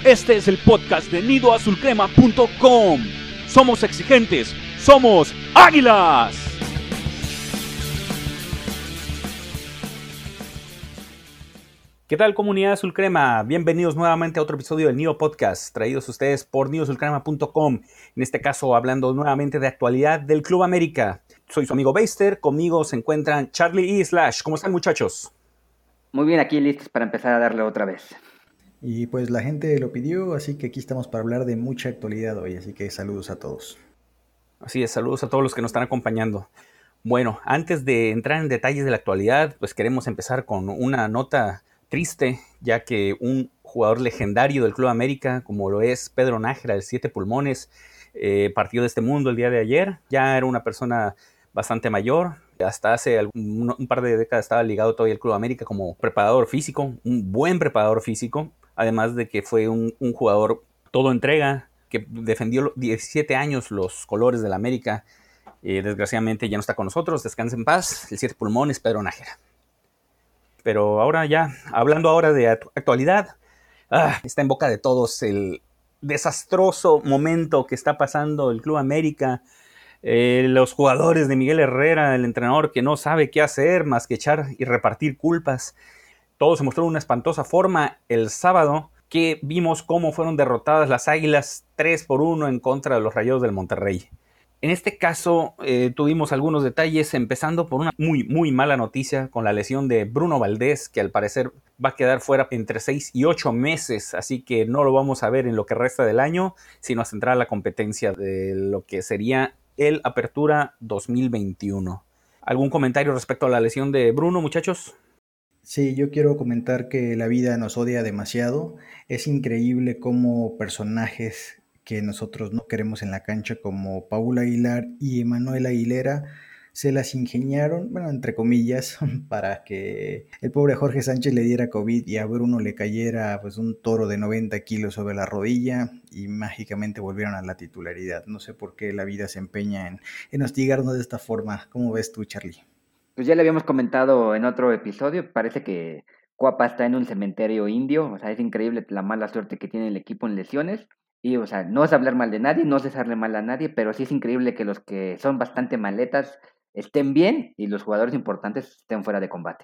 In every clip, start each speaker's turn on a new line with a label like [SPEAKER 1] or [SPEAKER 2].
[SPEAKER 1] Este es el podcast de nidoazulcrema.com. Somos exigentes, somos águilas. ¿Qué tal, comunidad Azul Crema? Bienvenidos nuevamente a otro episodio del Nido Podcast, traídos a ustedes por nidoazulcrema.com. En este caso, hablando nuevamente de actualidad del Club América. Soy su amigo Beister, conmigo se encuentran Charlie y Slash. ¿Cómo están, muchachos?
[SPEAKER 2] Muy bien, aquí listos para empezar a darle otra vez.
[SPEAKER 3] Y pues la gente lo pidió, así que aquí estamos para hablar de mucha actualidad hoy, así que saludos a todos.
[SPEAKER 1] Así es, saludos a todos los que nos están acompañando. Bueno, antes de entrar en detalles de la actualidad, pues queremos empezar con una nota triste, ya que un jugador legendario del Club América, como lo es Pedro Nájera, el Siete Pulmones, partió de este mundo el día de ayer. Ya era una persona bastante mayor, hasta hace un par de décadas estaba ligado todavía al Club América como preparador físico, un buen preparador físico, además de que fue un jugador todo entrega, que defendió 17 años los colores del América. Desgraciadamente ya no está con nosotros, descansa en paz, el Siete Pulmones, Pedro Nájera. Pero ahora ya, hablando ahora de actualidad, está en boca de todos el desastroso momento que está pasando el Club América. Los jugadores de Miguel Herrera, el entrenador que no sabe qué hacer más que echar y repartir culpas. Todo se mostró en una espantosa forma el sábado, que vimos cómo fueron derrotadas las Águilas 3-1 en contra de los Rayados del Monterrey. En este caso tuvimos algunos detalles, empezando por una muy mala noticia con la lesión de Bruno Valdés, que al parecer va a quedar fuera entre 6 y 8 meses, así que no lo vamos a ver en lo que resta del año, sino hasta entrar a la competencia de lo que sería el Apertura 2021. ¿Algún comentario respecto a la lesión de Bruno, muchachos?
[SPEAKER 3] Sí, yo quiero comentar que la vida nos odia demasiado. Es increíble cómo personajes que nosotros no queremos en la cancha, como Paula Aguilar y Emanuel Aguilera, se las ingeniaron, bueno, entre comillas, para que el pobre Jorge Sánchez le diera COVID y a Bruno le cayera pues un toro de 90 kilos sobre la rodilla y mágicamente volvieron a la titularidad. No sé por qué la vida se empeña en hostigarnos de esta forma. ¿Cómo ves tú, Charlie?
[SPEAKER 2] Pues ya le habíamos comentado en otro episodio, parece que Cuapa está en un cementerio indio, o sea, es increíble la mala suerte que tiene el equipo en lesiones. Y, o sea, no es hablar mal de nadie, no es desearle mal a nadie, pero sí es increíble que los que son bastante maletas estén bien y los jugadores importantes estén fuera de combate.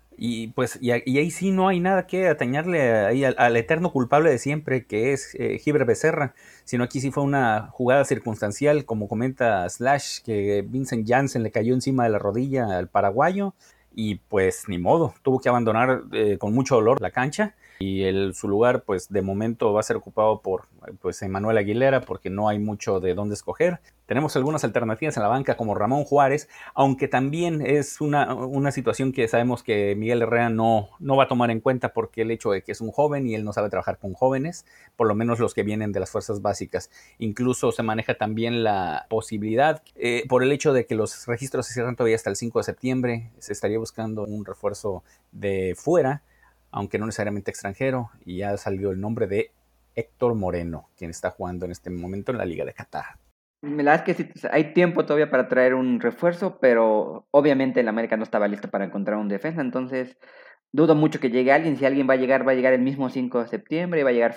[SPEAKER 1] Y pues y ahí sí no hay nada que atañarle ahí al eterno culpable de siempre, que es Gibber Becerra, sino aquí sí fue una jugada circunstancial, como comenta Slash, que Vincent Janssen le cayó encima de la rodilla al paraguayo y pues ni modo, tuvo que abandonar con mucho dolor la cancha y su lugar pues de momento va a ser ocupado por pues Emanuel Aguilera, porque no hay mucho de dónde escoger. Tenemos algunas alternativas en la banca como Ramón Juárez, aunque también es una situación que sabemos que Miguel Herrera no va a tomar en cuenta, porque el hecho de que es un joven y él no sabe trabajar con jóvenes, por lo menos los que vienen de las fuerzas básicas. Incluso se maneja también la posibilidad, por el hecho de que los registros se cierran todavía hasta el 5 de septiembre, se estaría buscando un refuerzo de fuera, aunque no necesariamente extranjero, y ya salió el nombre de Héctor Moreno, quien está jugando en este momento en la Liga de Qatar.
[SPEAKER 2] La verdad es que sí, hay tiempo todavía para traer un refuerzo, pero obviamente el América no estaba listo para encontrar un defensa, entonces dudo mucho que llegue alguien. Si alguien va a llegar el mismo 5 de septiembre y va a llegar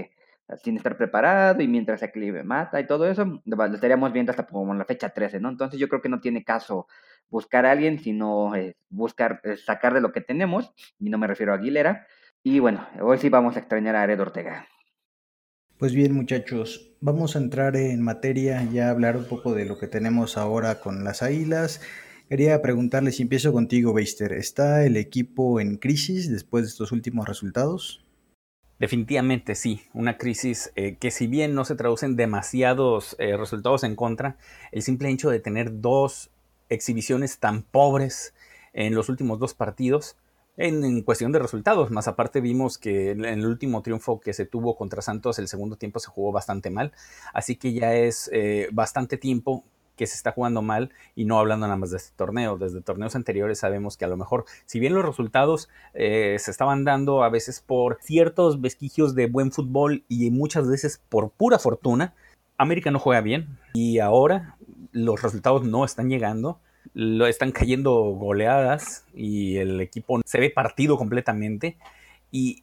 [SPEAKER 2] sin estar preparado, y mientras se mata y todo eso, lo estaríamos viendo hasta como en la fecha 13, ¿no? Entonces yo creo que no tiene caso buscar a alguien, sino sacar de lo que tenemos, y no me refiero a Aguilera. Y bueno, hoy sí vamos a extrañar a Ared Ortega.
[SPEAKER 3] Pues bien, muchachos, vamos a entrar en materia, ya hablar un poco de lo que tenemos ahora con las Águilas. Quería preguntarles, si empiezo contigo, Beister, ¿está el equipo en crisis después de estos últimos resultados?
[SPEAKER 1] Definitivamente sí, una crisis que, si bien no se traducen demasiados resultados en contra, el simple hecho de tener dos exhibiciones tan pobres en los últimos dos partidos, en cuestión de resultados, más aparte vimos que en el último triunfo que se tuvo contra Santos, el segundo tiempo se jugó bastante mal, así que ya es bastante tiempo que se está jugando mal, y no hablando nada más de este torneo. Desde torneos anteriores sabemos que a lo mejor, si bien los resultados se estaban dando a veces por ciertos vestigios de buen fútbol y muchas veces por pura fortuna, América no juega bien y ahora los resultados no están llegando, están cayendo goleadas y el equipo se ve partido completamente. Y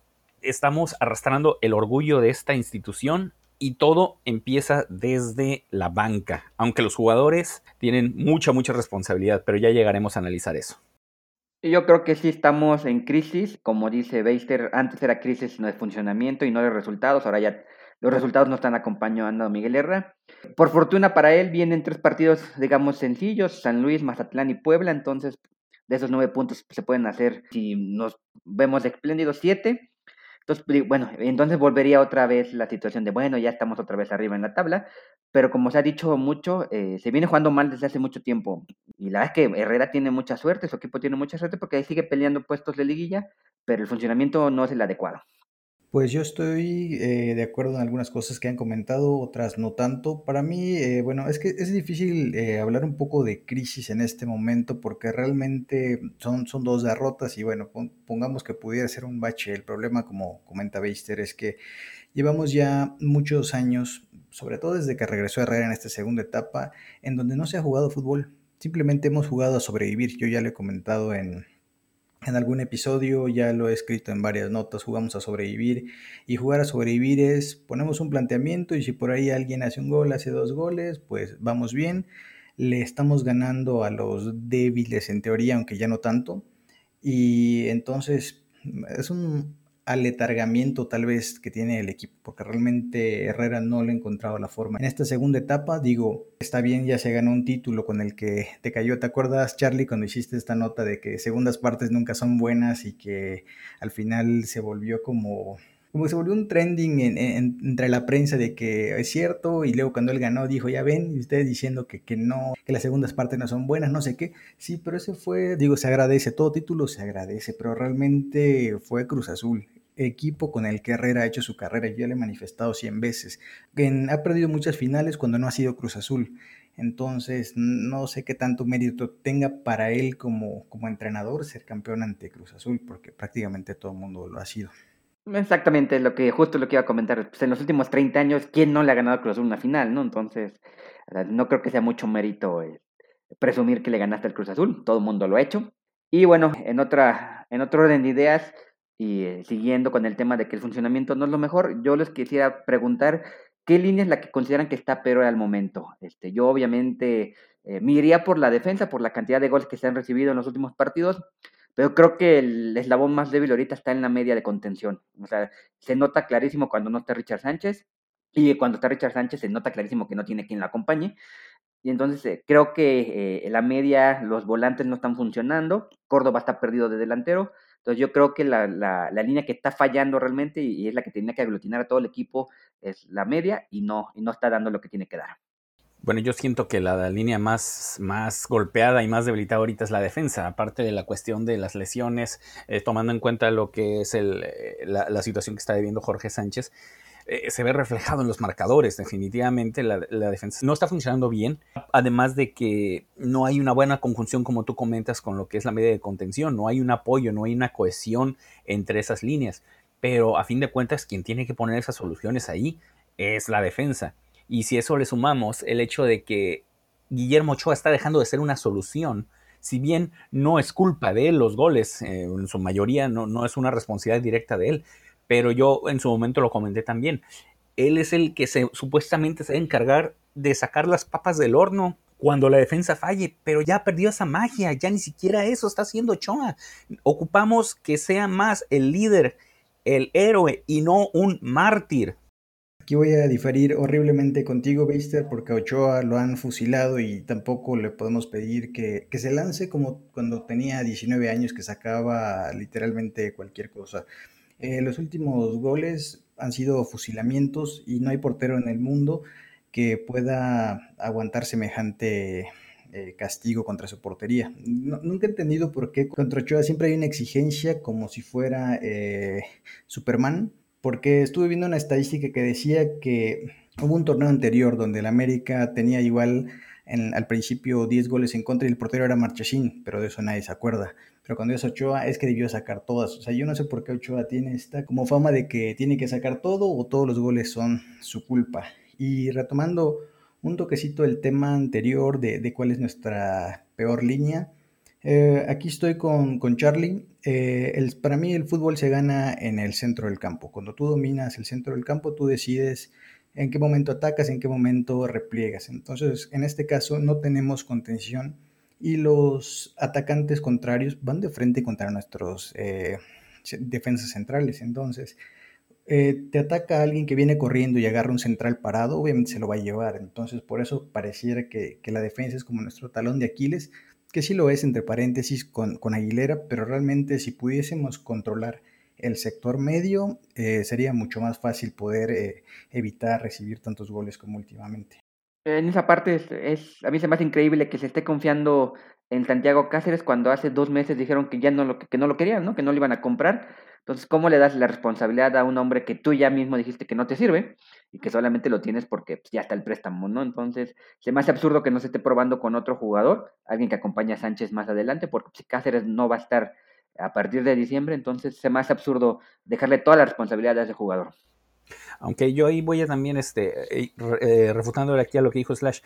[SPEAKER 1] estamos arrastrando el orgullo de esta institución y todo empieza desde la banca, aunque los jugadores tienen mucha responsabilidad, pero ya llegaremos a analizar eso.
[SPEAKER 2] Y yo creo que sí estamos en crisis, como dice Beister, antes era crisis no de funcionamiento y no de resultados, ahora ya los resultados no están acompañando a Miguel Herrera. Por fortuna para él vienen 3 partidos, digamos, sencillos, San Luis, Mazatlán y Puebla, entonces de esos 9 puntos se pueden hacer, si nos vemos espléndidos, 7. Entonces, bueno, entonces volvería otra vez la situación de, bueno, ya estamos otra vez arriba en la tabla, pero como se ha dicho mucho, se viene jugando mal desde hace mucho tiempo. Y la verdad es que Herrera tiene mucha suerte, su equipo tiene mucha suerte porque ahí sigue peleando puestos de liguilla, pero el funcionamiento no es el adecuado.
[SPEAKER 3] Pues yo estoy de acuerdo en algunas cosas que han comentado, otras no tanto. Para mí, bueno, es que es difícil hablar un poco de crisis en este momento porque realmente son dos derrotas y bueno, pongamos que pudiera ser un bache. El problema, como comenta Beister, es que llevamos ya muchos años, sobre todo desde que regresó Herrera en esta segunda etapa, en donde no se ha jugado fútbol. Simplemente hemos jugado a sobrevivir. Yo ya lo he comentado en algún episodio, ya lo he escrito en varias notas, jugamos a sobrevivir y jugar a sobrevivir es, ponemos un planteamiento y si por ahí alguien hace un gol, hace 2 goles, pues vamos bien, le estamos ganando a los débiles en teoría, aunque ya no tanto, y entonces es un aletargamiento tal vez que tiene el equipo, porque realmente Herrera no le ha encontrado la forma. En esta segunda etapa, digo, está bien, ya se ganó un título con el que te cayó. ¿Te acuerdas, Charlie, cuando hiciste esta nota de que segundas partes nunca son buenas y que al final se volvió como se volvió un trending entre la prensa de que es cierto, y luego cuando él ganó dijo, ya ven, y ustedes diciendo que no, que las segundas partes no son buenas, no sé qué. Sí, pero ese fue, digo, se agradece, todo título se agradece, pero realmente fue Cruz Azul, equipo con el que Herrera ha hecho su carrera, yo ya le he manifestado 100 veces, ha perdido muchas finales cuando no ha sido Cruz Azul. Entonces, no sé qué tanto mérito tenga para él como entrenador ser campeón ante Cruz Azul, porque prácticamente todo el mundo lo ha sido.
[SPEAKER 2] Exactamente, justo lo que iba a comentar. Pues en los últimos 30 años, ¿quién no le ha ganado a Cruz Azul una final, no? Entonces, no creo que sea mucho mérito presumir que le ganaste al Cruz Azul. Todo el mundo lo ha hecho. Y bueno, en otro orden de ideas, y siguiendo con el tema de que el funcionamiento no es lo mejor, yo les quisiera preguntar qué línea es la que consideran que está peor al momento. Yo obviamente me iría por la defensa, por la cantidad de goles que se han recibido en los últimos partidos, pero creo que el eslabón más débil ahorita está en la media de contención. O sea, se nota clarísimo cuando no está Richard Sánchez, y cuando está Richard Sánchez se nota clarísimo que no tiene quien la acompañe. Y entonces creo que la media, los volantes no están funcionando, Córdoba está perdido de delantero, entonces yo creo que la línea que está fallando realmente y es la que tenía que aglutinar a todo el equipo es la media y no está dando lo que tiene que dar.
[SPEAKER 1] Bueno, yo siento que la línea más golpeada y más debilitada ahorita es la defensa, aparte de la cuestión de las lesiones, tomando en cuenta lo que es la situación que está viviendo Jorge Sánchez. Se ve reflejado en los marcadores, definitivamente la defensa no está funcionando bien, además de que no hay una buena conjunción, como tú comentas, con lo que es la media de contención, no hay un apoyo, no hay una cohesión entre esas líneas, pero a fin de cuentas quien tiene que poner esas soluciones ahí es la defensa. Y si eso le sumamos el hecho de que Guillermo Ochoa está dejando de ser una solución, si bien no es culpa de él los goles, en su mayoría no es una responsabilidad directa de él, pero yo en su momento lo comenté también. Él es el que supuestamente se va a encargar de sacar las papas del horno cuando la defensa falle, pero ya perdió esa magia, ya ni siquiera eso está haciendo Ochoa. Ocupamos que sea más el líder, el héroe y no un mártir.
[SPEAKER 3] Aquí voy a diferir horriblemente contigo, Beister, porque a Ochoa lo han fusilado y tampoco le podemos pedir que se lance como cuando tenía 19 años, que sacaba literalmente cualquier cosa. Los últimos goles han sido fusilamientos y no hay portero en el mundo que pueda aguantar semejante castigo contra su portería. Nunca he entendido por qué contra Ochoa siempre hay una exigencia como si fuera Superman, porque estuve viendo una estadística que decía que hubo un torneo anterior donde el América tenía igual al principio 10 goles en contra y el portero era Marchesín, pero de eso nadie se acuerda. Pero cuando es Ochoa es que debió sacar todas. O sea, yo no sé por qué Ochoa tiene esta como fama de que tiene que sacar todo o todos los goles son su culpa. Y retomando un toquecito el tema anterior de cuál es nuestra peor línea, Aquí estoy con Charlie. Para mí el fútbol se gana en el centro del campo. Cuando tú dominas el centro del campo, tú decides en qué momento atacas, en qué momento repliegas. Entonces, en este caso no tenemos contención y los atacantes contrarios van de frente contra nuestros defensas centrales. Entonces, te ataca alguien que viene corriendo y agarra un central parado, obviamente se lo va a llevar. Entonces, por eso pareciera que la defensa es como nuestro talón de Aquiles, que sí lo es entre paréntesis con Aguilera, pero realmente si pudiésemos controlar el sector medio, sería mucho más fácil poder evitar recibir tantos goles como últimamente.
[SPEAKER 2] En esa parte a mí se me hace increíble que se esté confiando en Santiago Cáceres cuando hace 2 meses dijeron que ya que no lo querían, ¿no? Que no lo iban a comprar. Entonces, ¿cómo le das la responsabilidad a un hombre que tú ya mismo dijiste que no te sirve y que solamente lo tienes porque pues, ya está el préstamo, ¿no? Entonces, se me hace absurdo que no se esté probando con otro jugador, alguien que acompañe a Sánchez más adelante, porque si Cáceres no va a estar a partir de diciembre, entonces se me hace absurdo dejarle toda la responsabilidad a ese jugador.
[SPEAKER 1] Aunque yo ahí voy a también refutándole aquí a lo que dijo Slash.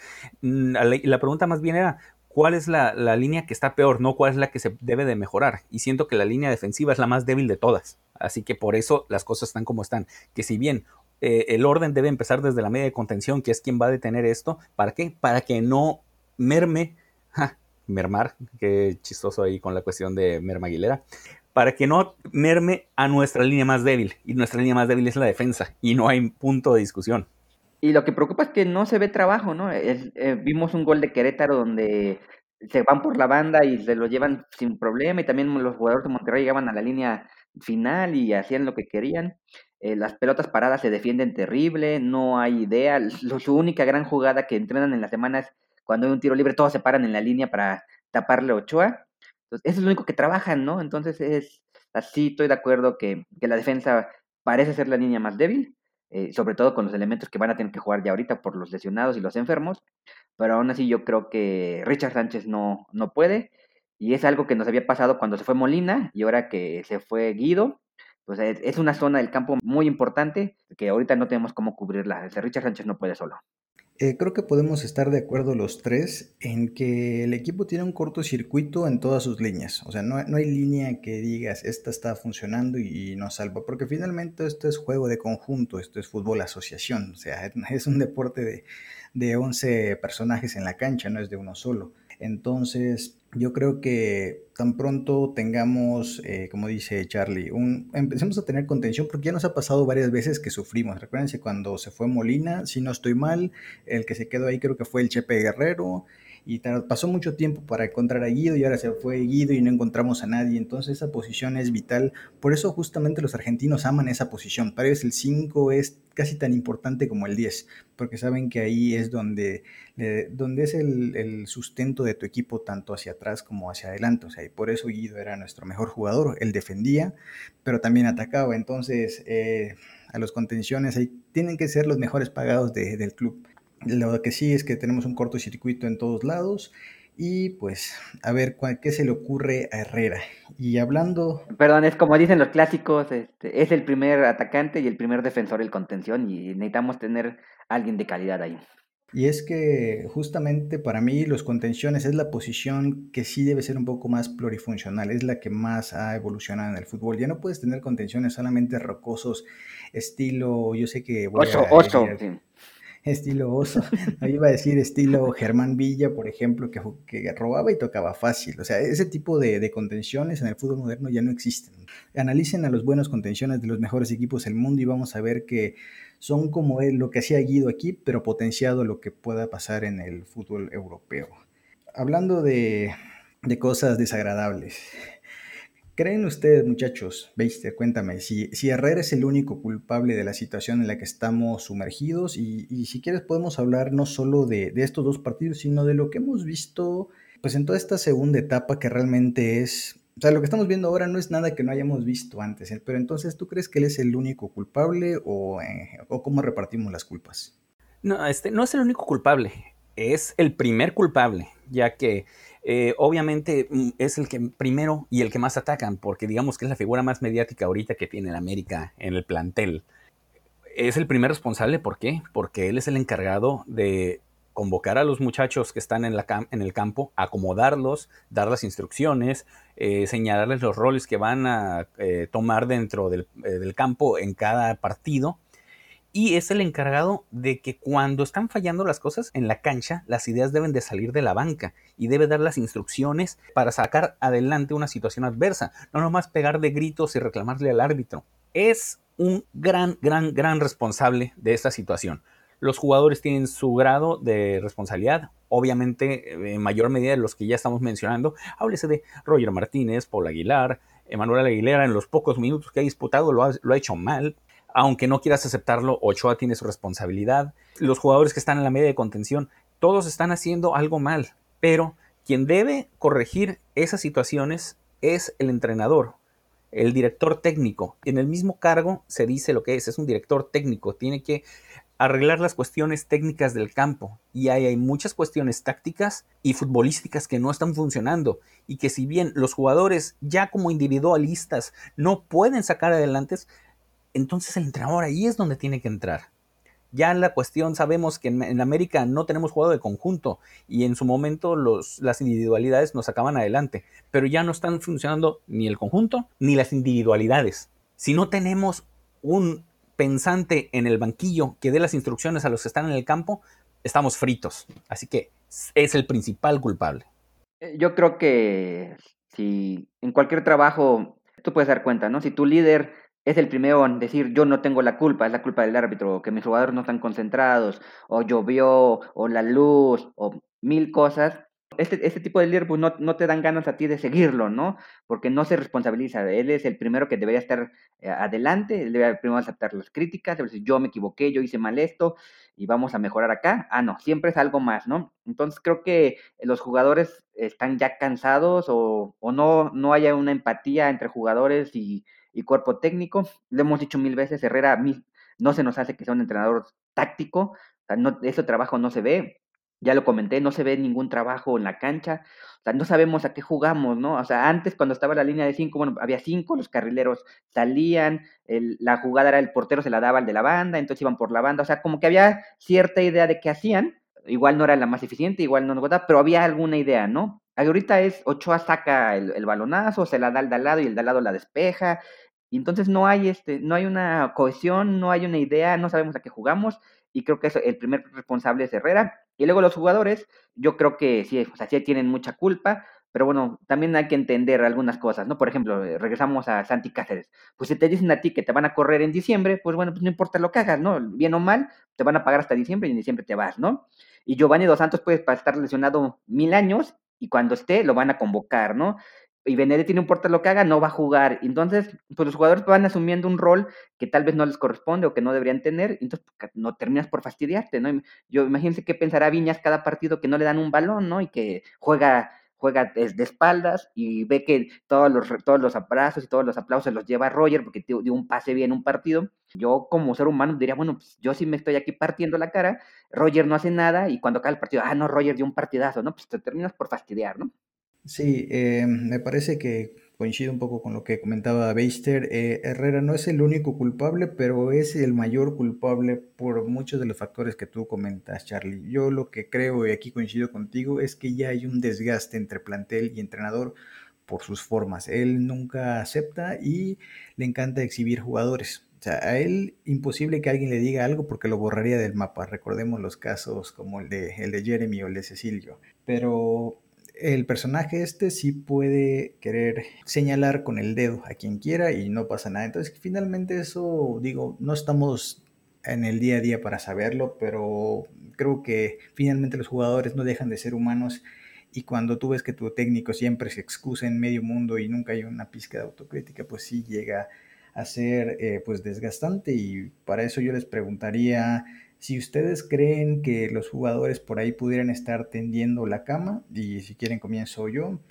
[SPEAKER 1] La pregunta más bien era, ¿cuál es la línea que está peor? No cuál es la que se debe de mejorar. Y siento que la línea defensiva es la más débil de todas. Así que por eso las cosas están como están. Que si bien el orden debe empezar desde la media de contención, que es quien va a detener esto, ¿para qué? Para que no merme, mermar, qué chistoso ahí con la cuestión de Merma Aguilera, para que no merme a nuestra línea más débil. Y nuestra línea más débil es la defensa. Y no hay punto de discusión.
[SPEAKER 2] Y lo que preocupa es que no se ve trabajo, ¿no? Vimos un gol de Querétaro donde se van por la banda y se lo llevan sin problema, y también los jugadores de Monterrey llegaban a la línea final y hacían lo que querían. Las pelotas paradas se defienden terrible, no hay idea. Su única gran jugada que entrenan en las semanas, cuando hay un tiro libre, todos se paran en la línea para taparle a Ochoa. Entonces, eso es lo único que trabajan, ¿no? Entonces es así, estoy de acuerdo que la defensa parece ser la línea más débil, sobre todo con los elementos que van a tener que jugar ya ahorita por los lesionados y los enfermos, pero aún así yo creo que Richard Sánchez no puede, y es algo que nos había pasado cuando se fue Molina y ahora que se fue Guido, pues es una zona del campo muy importante que ahorita no tenemos cómo cubrirla. Richard Sánchez no puede solo.
[SPEAKER 3] Creo que podemos estar de acuerdo los tres en que el equipo tiene un cortocircuito en todas sus líneas. O sea, no hay línea que digas, esta está funcionando y nos salva, porque finalmente esto es juego de conjunto, esto es fútbol asociación. O sea, es un deporte de 11 personajes en la cancha, no es de uno solo. Entonces, yo creo que tan pronto tengamos, como dice Charlie, empecemos a tener contención, porque ya nos ha pasado varias veces que sufrimos. Recuérdense cuando se fue Molina, si no estoy mal, el que se quedó ahí creo que fue el Chepe Guerrero, y pasó mucho tiempo para encontrar a Guido y ahora se fue Guido y no encontramos a nadie. Entonces esa posición es vital. Por eso justamente los argentinos aman esa posición. Para ellos el 5 es casi tan importante como el 10, porque saben que ahí es donde es el sustento de tu equipo tanto hacia atrás como hacia adelante. O sea, y por eso Guido era nuestro mejor jugador. Él defendía, pero también atacaba. Entonces a los contenciones ahí tienen que ser los mejores pagados del club. Lo que sí es que tenemos un cortocircuito en todos lados y pues a ver qué se le ocurre a Herrera. Y hablando,
[SPEAKER 2] Perdón, es como dicen los clásicos, es el primer atacante y el primer defensor el contención, y necesitamos tener alguien de calidad ahí.
[SPEAKER 3] y es que justamente para mí los contenciones es la posición que sí debe ser un poco más plurifuncional, es la que más ha evolucionado en el fútbol. Ya no puedes tener contenciones solamente rocosos, estilo, yo sé que voy
[SPEAKER 2] Oso,
[SPEAKER 3] a herir
[SPEAKER 2] oso, sí.
[SPEAKER 3] estilo oso, no iba a decir estilo Germán Villa, por ejemplo, que robaba y tocaba fácil. O sea, ese tipo de contenciones en el fútbol moderno ya no existen. Analicen a los buenos contenciones de los mejores equipos del mundo y vamos a ver que son como lo que hacía Guido aquí, pero potenciado lo que pueda pasar en el fútbol europeo. Hablando de cosas desagradables, ¿creen ustedes, muchachos? Beister, cuéntame, si Herrera es el único culpable de la situación en la que estamos sumergidos y si quieres podemos hablar no solo de estos dos partidos, sino de lo que hemos visto pues en toda esta segunda etapa que realmente es, o sea, lo que estamos viendo ahora no es nada que no hayamos visto antes, ¿eh? Pero entonces, ¿tú crees que él es el único culpable o cómo repartimos las culpas?
[SPEAKER 1] No, no es el único culpable, es el primer culpable, ya que obviamente es el que primero y el que más atacan, porque digamos que es la figura más mediática ahorita que tiene el América en el plantel. Es el primer responsable, ¿por qué? Porque él es el encargado de convocar a los muchachos que están en el campo, acomodarlos, dar las instrucciones, señalarles los roles que van a tomar dentro del campo en cada partido. Y es el encargado de que cuando están fallando las cosas en la cancha, las ideas deben de salir de la banca y debe dar las instrucciones para sacar adelante una situación adversa, no nomás pegar de gritos y reclamarle al árbitro. Es un gran responsable de esta situación. Los jugadores tienen su grado de responsabilidad, obviamente en mayor medida de los que ya estamos mencionando. Háblese de Roger Martínez, Paul Aguilar, Emanuel Aguilera. En los pocos minutos que ha disputado lo ha hecho mal. Aunque no quieras aceptarlo, Ochoa tiene su responsabilidad. Los jugadores que están en la media de contención, todos están haciendo algo mal. Pero quien debe corregir esas situaciones es el entrenador, el director técnico. En el mismo cargo se dice lo que es un director técnico. Tiene que arreglar las cuestiones técnicas del campo. Y hay muchas cuestiones tácticas y futbolísticas que no están funcionando. Y que si bien los jugadores ya como individualistas no pueden sacar adelante, entonces el entrenador ahí es donde tiene que entrar. Ya en la cuestión sabemos que en América no tenemos juego de conjunto y en su momento las individualidades nos sacaban adelante, pero ya no están funcionando ni el conjunto ni las individualidades. Si no tenemos un pensante en el banquillo que dé las instrucciones a los que están en el campo, estamos fritos. Así que es el principal culpable.
[SPEAKER 2] Yo creo que si en cualquier trabajo tú puedes dar cuenta, ¿no? Si tu líder es el primero en decir yo no tengo la culpa, es la culpa del árbitro, o que mis jugadores no están concentrados, o llovió, o la luz, o mil cosas, este tipo de líder pues no te dan ganas a ti de seguirlo, ¿no? Porque no se responsabiliza. Él es el primero que debería estar adelante, él debería primero aceptar las críticas, decir yo me equivoqué, yo hice mal esto y vamos a mejorar acá. Ah, no, siempre es algo más, ¿no? Entonces creo que los jugadores están ya cansados o no haya una empatía entre jugadores y cuerpo técnico. Lo hemos dicho mil veces, Herrera a mí no se nos hace que sea un entrenador táctico, o sea, no, ese trabajo no se ve. Ya lo comenté, no se ve ningún trabajo en la cancha, o sea, no sabemos a qué jugamos, ¿no? O sea, antes cuando estaba la línea de 5, bueno, había 5, los carrileros salían, la jugada era el portero se la daba al de la banda, entonces iban por la banda, o sea, como que había cierta idea de qué hacían, igual no era la más eficiente, igual no nos gustaba, pero había alguna idea, ¿no? Ahorita es Ochoa saca el balonazo, se la da al de al lado y el de al lado la despeja, y entonces no hay una cohesión, no hay una idea, no sabemos a qué jugamos, y creo que eso, el primer responsable es Herrera, y luego los jugadores, yo creo que sí, o sea, sí tienen mucha culpa, pero bueno, también hay que entender algunas cosas, ¿no? Por ejemplo, regresamos a Santi Cáceres, pues si te dicen a ti que te van a correr en diciembre, pues bueno, pues no importa lo que hagas, ¿no? Bien o mal, te van a pagar hasta diciembre y en diciembre te vas, ¿no? Y Giovanni Dos Santos puede estar lesionado 1000 años y cuando esté lo van a convocar, ¿no? Y Benedetti no importa lo que haga, no va a jugar. Entonces, pues los jugadores van asumiendo un rol que tal vez no les corresponde o que no deberían tener, entonces no terminas por fastidiarte, ¿no? Yo imagínense qué pensará Viñas cada partido que no le dan un balón, ¿no? Y que juega de espaldas y ve que todos los abrazos y todos los aplausos los lleva Roger porque dio un pase bien un partido. Yo como ser humano diría, bueno, pues yo sí me estoy aquí partiendo la cara, Roger no hace nada y cuando acaba el partido, no, Roger dio un partidazo, ¿no? Pues te terminas por fastidiar, ¿no?
[SPEAKER 3] Sí, me parece que coincido un poco con lo que comentaba Beister. Herrera no es el único culpable, pero es el mayor culpable por muchos de los factores que tú comentas, Charlie. Yo lo que creo, y aquí coincido contigo, es que ya hay un desgaste entre plantel y entrenador por sus formas. Él nunca acepta y le encanta exhibir jugadores. O sea, a él imposible que alguien le diga algo porque lo borraría del mapa. Recordemos los casos como el de Jeremy o el de Cecilio. Pero el personaje este sí puede querer señalar con el dedo a quien quiera y no pasa nada. Entonces, finalmente eso, digo, no estamos en el día a día para saberlo, pero creo que finalmente los jugadores no dejan de ser humanos y cuando tú ves que tu técnico siempre se excusa en medio mundo y nunca hay una pizca de autocrítica, pues sí llega a ser pues desgastante y para eso yo les preguntaría si ustedes creen que los jugadores por ahí pudieran estar tendiendo la cama, y si quieren comienzo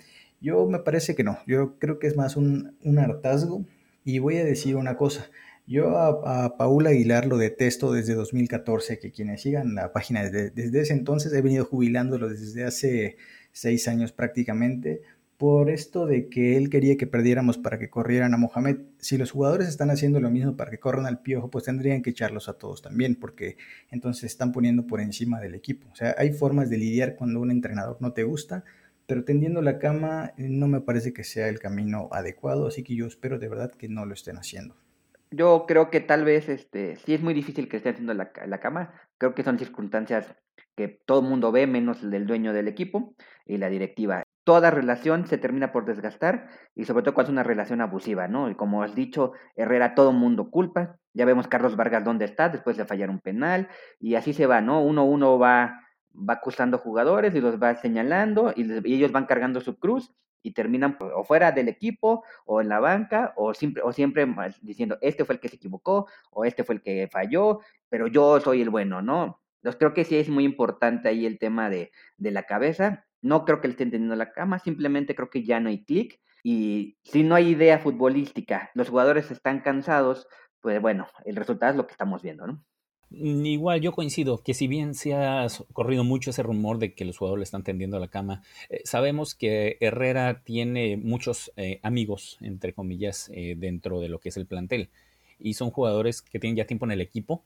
[SPEAKER 3] yo me parece que no, yo creo que es más un hartazgo, y voy a decir una cosa, yo a Paul Aguilar lo detesto desde 2014, que quienes sigan la página desde ese entonces he venido jubilándolo desde hace 6 años prácticamente, por esto de que él quería que perdiéramos para que corrieran a Mohamed. Si los jugadores están haciendo lo mismo para que corran al Piojo, pues tendrían que echarlos a todos también, porque entonces se están poniendo por encima del equipo. O sea, hay formas de lidiar cuando un entrenador no te gusta, pero tendiendo la cama no me parece que sea el camino adecuado, así que yo espero de verdad que no lo estén haciendo.
[SPEAKER 2] Yo creo que tal vez, sí es muy difícil que esté haciendo la cama. Creo que son circunstancias que todo el mundo ve, menos el del dueño del equipo y la directiva. Toda relación se termina por desgastar y sobre todo cuando es una relación abusiva, ¿no? Y como has dicho, Herrera todo el mundo culpa. Ya vemos Carlos Vargas dónde está después de fallar un penal y así se va, ¿no? Uno va acusando jugadores y los va señalando y ellos van cargando su cruz y terminan o fuera del equipo o en la banca o siempre diciendo, este fue el que se equivocó o este fue el que falló, pero yo soy el bueno, ¿no? Entonces creo que sí es muy importante ahí el tema de la cabeza. No creo que le estén teniendo la cama, simplemente creo que ya no hay clic. Y si no hay idea futbolística, los jugadores están cansados, pues bueno, el resultado es lo que estamos viendo, ¿no?
[SPEAKER 1] Igual yo coincido que si bien se ha corrido mucho ese rumor de que los jugadores le están tendiendo a la cama, sabemos que Herrera tiene muchos amigos, entre comillas, dentro de lo que es el plantel. Y son jugadores que tienen ya tiempo en el equipo.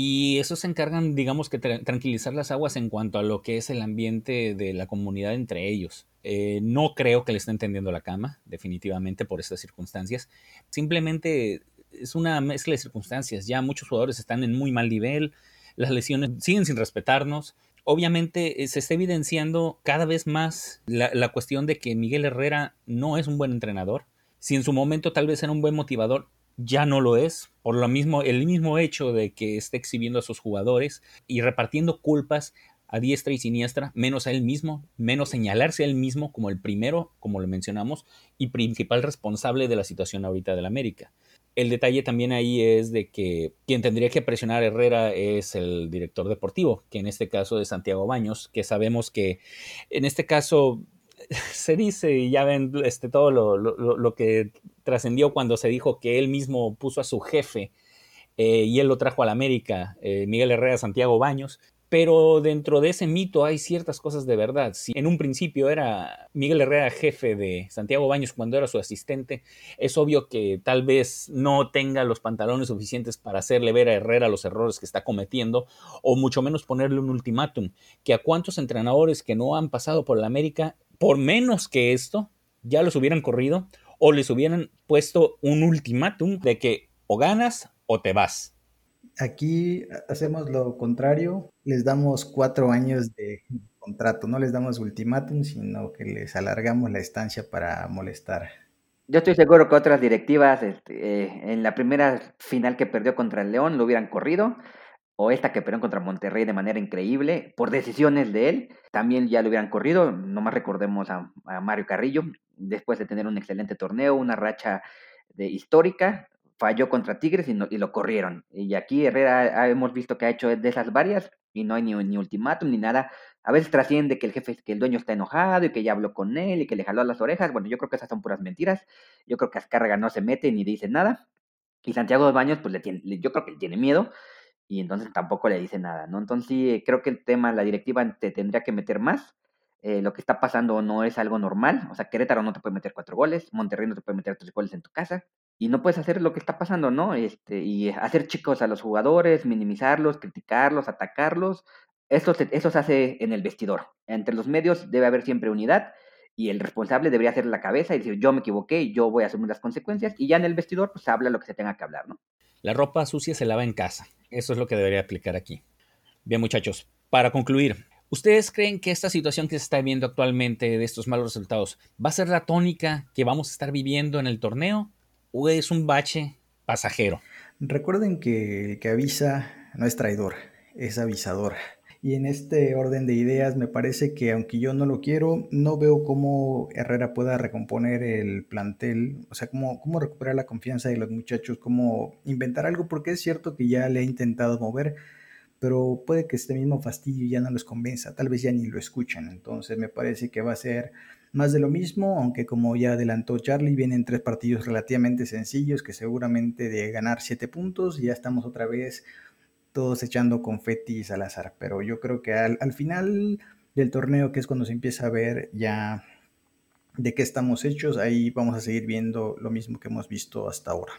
[SPEAKER 1] Y esos se encargan, digamos, que tranquilizar las aguas en cuanto a lo que es el ambiente de la comunidad entre ellos. No creo que le estén tendiendo la cama, definitivamente, por estas circunstancias. Simplemente es una mezcla de circunstancias. Ya muchos jugadores están en muy mal nivel, las lesiones siguen sin respetarnos. Obviamente se está evidenciando cada vez más la cuestión de que Miguel Herrera no es un buen entrenador. Si en su momento tal vez era un buen motivador, ya no lo es, por lo mismo, el mismo hecho de que esté exhibiendo a sus jugadores y repartiendo culpas a diestra y siniestra, menos a él mismo, menos señalarse a él mismo como el primero, como lo mencionamos, y principal responsable de la situación ahorita del América. El detalle también ahí es de que quien tendría que presionar a Herrera es el director deportivo, que en este caso es Santiago Baños, que sabemos que en este caso se dice, y ya ven todo lo que trascendió cuando se dijo que él mismo puso a su jefe y él lo trajo a la América, Miguel Herrera Santiago Baños. Pero dentro de ese mito hay ciertas cosas de verdad. Si en un principio era Miguel Herrera jefe de Santiago Baños cuando era su asistente, es obvio que tal vez no tenga los pantalones suficientes para hacerle ver a Herrera los errores que está cometiendo, o mucho menos ponerle un ultimátum, que a cuántos entrenadores que no han pasado por la América, por menos que esto, ya los hubieran corrido o les hubieran puesto un ultimátum de que o ganas o te vas.
[SPEAKER 3] Aquí hacemos lo contrario, les damos 4 años de contrato, no les damos ultimátum, sino que les alargamos la estancia para molestar.
[SPEAKER 2] Yo estoy seguro que otras directivas, en la primera final que perdió contra el León, lo hubieran corrido, o esta que perdió contra Monterrey de manera increíble, por decisiones de él, también ya lo hubieran corrido. Nomás recordemos a Mario Carrillo, después de tener un excelente torneo, una racha histórica, falló contra Tigres y lo corrieron. Y aquí Herrera hemos visto que ha hecho de esas varias y no hay ni ultimátum ni nada. A veces trasciende que el jefe, que el dueño está enojado y que ya habló con él y que le jaló las orejas. Bueno, yo creo que esas son puras mentiras. Yo creo que Azcárraga no se mete ni dice nada. Y Santiago Baños, pues yo creo que le tiene miedo y entonces tampoco le dice nada, ¿no? Entonces sí, creo que el tema, la directiva te tendría que meter más. Lo que está pasando no es algo normal. O sea, Querétaro no te puede meter 4 goles, Monterrey no te puede meter 3 goles en tu casa. Y no puedes hacer lo que está pasando, ¿no? Y hacer chicos a los jugadores, minimizarlos, criticarlos, atacarlos. Eso se hace en el vestidor. Entre los medios debe haber siempre unidad y el responsable debería ser la cabeza y decir, yo me equivoqué, yo voy a asumir las consecuencias. Y ya en el vestidor, pues se habla lo que se tenga que hablar, ¿no?
[SPEAKER 1] La ropa sucia se lava en casa. Eso es lo que debería aplicar aquí. Bien, muchachos, para concluir, ¿ustedes creen que esta situación que se está viendo actualmente de estos malos resultados va a ser la tónica que vamos a estar viviendo en el torneo o es un bache pasajero?
[SPEAKER 3] Recuerden que el que avisa no es traidor, es avisador. Y en este orden de ideas me parece que aunque yo no lo quiero, no veo cómo Herrera pueda recomponer el plantel, o sea, cómo recuperar la confianza de los muchachos, cómo inventar algo, porque es cierto que ya le ha intentado mover, pero puede que este mismo fastidio ya no los convenza, tal vez ya ni lo escuchen. Entonces me parece que va a ser más de lo mismo, aunque como ya adelantó Charlie, vienen 3 partidos relativamente sencillos que seguramente de ganar 7 puntos ya estamos otra vez todos echando confetis al azar. Pero yo creo que al final del torneo, que es cuando se empieza a ver ya de qué estamos hechos, ahí vamos a seguir viendo lo mismo que hemos visto hasta ahora.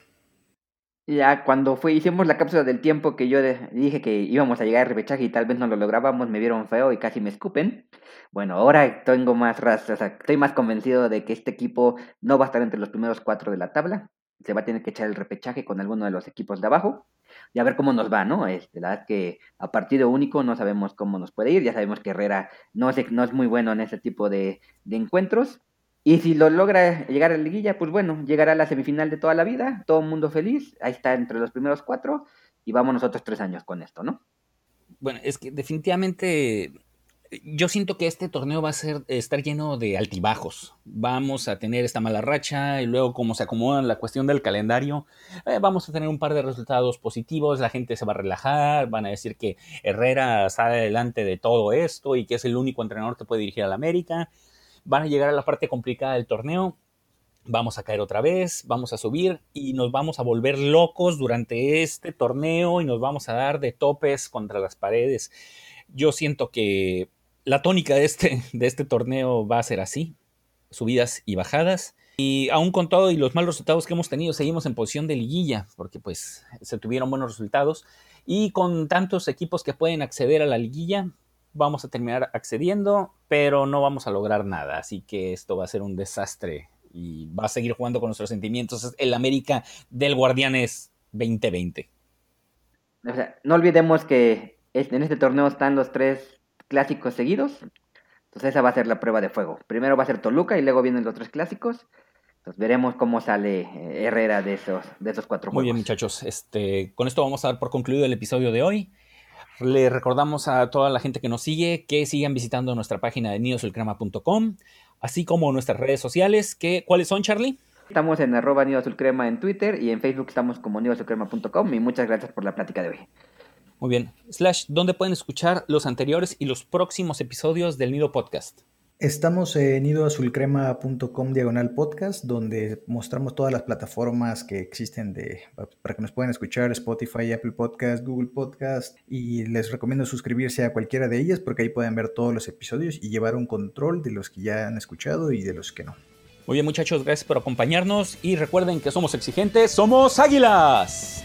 [SPEAKER 2] Ya cuando hicimos la cápsula del tiempo que yo dije que íbamos a llegar al repechaje y tal vez no lo lográbamos, me vieron feo y casi me escupen. Bueno, ahora tengo más o sea, estoy más convencido de que este equipo no va a estar entre los primeros 4 de la tabla. Se va a tener que echar el repechaje con alguno de los equipos de abajo y a ver cómo nos va, ¿no? La verdad es que a partido único no sabemos cómo nos puede ir. Ya sabemos que Herrera no es muy bueno en ese tipo de encuentros. Y si lo logra llegar a la liguilla, pues bueno, llegará a la semifinal de toda la vida, todo el mundo feliz, ahí está entre los primeros 4 y vamos nosotros 3 años con esto, ¿no?
[SPEAKER 1] Bueno, es que definitivamente yo siento que este torneo va a estar lleno de altibajos. Vamos a tener esta mala racha y luego como se acomoda la cuestión del calendario, vamos a tener un par de resultados positivos, la gente se va a relajar, van a decir que Herrera sale adelante de todo esto y que es el único entrenador que puede dirigir al América. Van a llegar a la parte complicada del torneo, vamos a caer otra vez, vamos a subir y nos vamos a volver locos durante este torneo y nos vamos a dar de topes contra las paredes. Yo siento que la tónica de este torneo va a ser así, subidas y bajadas. Y aún con todo y los malos resultados que hemos tenido, seguimos en posición de liguilla, porque pues se tuvieron buenos resultados. Y con tantos equipos que pueden acceder a la liguilla, vamos a terminar accediendo, pero no vamos a lograr nada. Así que esto va a ser un desastre y va a seguir jugando con nuestros sentimientos. Es el América del Guardianes 2020.
[SPEAKER 2] O sea, no olvidemos que en este torneo están los 3 clásicos seguidos, entonces esa va a ser la prueba de fuego. Primero va a ser Toluca y luego vienen los 3 clásicos, entonces veremos cómo sale Herrera de esos 4
[SPEAKER 1] Muy bien,
[SPEAKER 2] juegos.
[SPEAKER 1] muchachos. Con esto vamos a dar por concluido el episodio de hoy. Le recordamos a toda la gente que nos sigue que sigan visitando nuestra página de nidosulcrema.com, así como nuestras redes sociales. ¿Cuáles son, Charlie?
[SPEAKER 2] Estamos en @nidoazulcrema en Twitter y en Facebook estamos como nidoazulcrema.com y muchas gracias por la plática de hoy.
[SPEAKER 1] Muy bien. ¿Dónde pueden escuchar los anteriores y los próximos episodios del Nido Podcast?
[SPEAKER 3] Estamos en nidoazulcrema.com/podcast, donde mostramos todas las plataformas que existen para que nos puedan escuchar: Spotify, Apple Podcast, Google Podcast, y les recomiendo suscribirse a cualquiera de ellas porque ahí pueden ver todos los episodios y llevar un control de los que ya han escuchado y de los que no.
[SPEAKER 1] Muy bien, muchachos, gracias por acompañarnos y recuerden que somos exigentes, somos águilas.